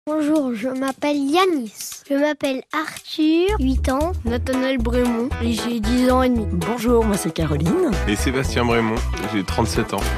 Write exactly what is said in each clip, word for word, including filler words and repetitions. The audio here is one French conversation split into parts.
Bonjour, je m'appelle Yanis. Je m'appelle Arthur, huit ans. Nathanaël Brémond, et j'ai dix ans et demi. Bonjour, moi c'est Caroline. Et Sébastien Brémond, j'ai trente-sept ans.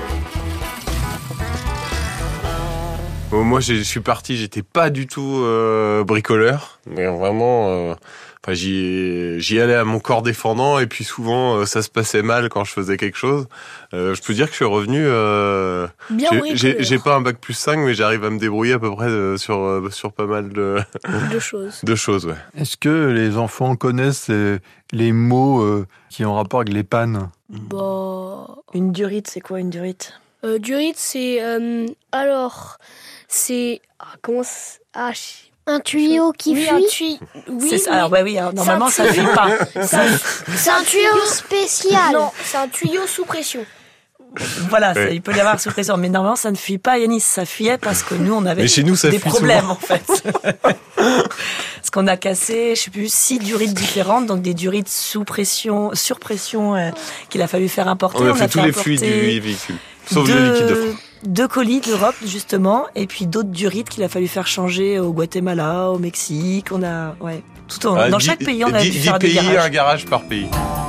Bon, moi je suis parti, j'étais pas du tout euh, bricoleur, mais vraiment, euh, enfin, j'y, j'y allais à mon corps défendant et puis souvent euh, ça se passait mal quand je faisais quelque chose. Euh, je peux dire que je suis revenu, euh, Bien j'ai, j'ai, j'ai pas un bac plus cinq, mais j'arrive à me débrouiller à peu près de, sur, euh, sur pas mal de, de choses. de choses. Ouais. Est-ce que les enfants connaissent euh, les mots euh, qui ont rapport avec les pannes ? Bah... Une durite, c'est quoi une durite ? euh, Durite, c'est... Euh, alors, c'est... Ah, comment c'est... Ah, je... Un tuyau qui oui, fuit. un tuyau. Oui, c'est ça. mais Alors, bah oui, alors, normalement c'est un ça tuyau. fuit pas. Ça- C'est un tuyau spécial. Non, c'est un tuyau sous pression. Voilà, ça, Ouais. il peut y avoir sous pression. Mais normalement, ça ne fuit pas, Yanis. Ça fuyait parce que nous, on avait Mais chez nous, ça des fuit problèmes, souvent. en fait. Parce qu'on a cassé, je sais plus, six durites différentes. Donc, des durites sous pression, sur pression, euh, qu'il a fallu faire importer. On a fait tous les importer fluides du véhicule, sauf deux, le liquide de frein. deux colis d'Europe, justement. Et puis d'autres durites qu'il a fallu faire changer au Guatemala, au Mexique. On a, ouais, tout en, Ah, dans dix- chaque pays, on a dix- dû dix faire des pays, garages. un garage par pays.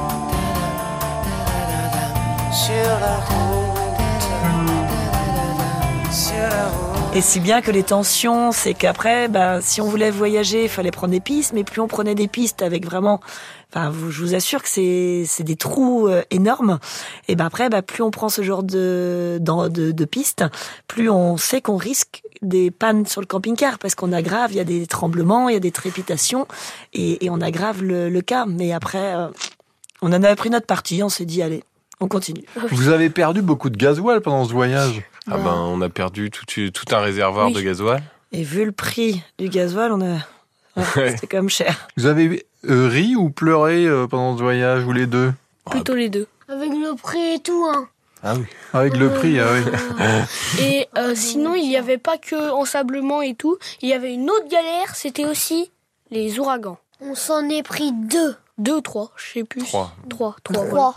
Et si bien que les tensions, c'est qu'après, ben, si on voulait voyager, il fallait prendre des pistes, mais plus on prenait des pistes avec vraiment, enfin, vous- je vous assure que c'est, c'est des trous euh, énormes. Et ben après, ben, plus on prend ce genre de, dans- de, de pistes, plus on sait qu'on risque des pannes sur le camping-car, parce qu'on aggrave, il y a des tremblements, il y a des trépitations, et, et on aggrave le, le cas. Mais après, euh, on en avait pris notre parti, on s'est dit, allez, on continue. Vous avez perdu beaucoup de gasoil pendant ce voyage. Ah ben, on a perdu tout, tout un réservoir Oui. de gasoil. Et vu le prix du gasoil, on a, ouais, Ouais. c'était quand même cher. Vous avez euh, ri ou pleuré euh, pendant ce voyage, ou les deux ? Plutôt les deux. Avec le prix et tout, hein. Ah oui. Avec le prix, ah oui. Et euh, sinon, il n'y avait pas que ensablement et tout. Il y avait une autre galère, c'était aussi les ouragans. On s'en est pris deux. Deux ou trois, je sais plus. Trois. Trois, trois. voilà. Trois.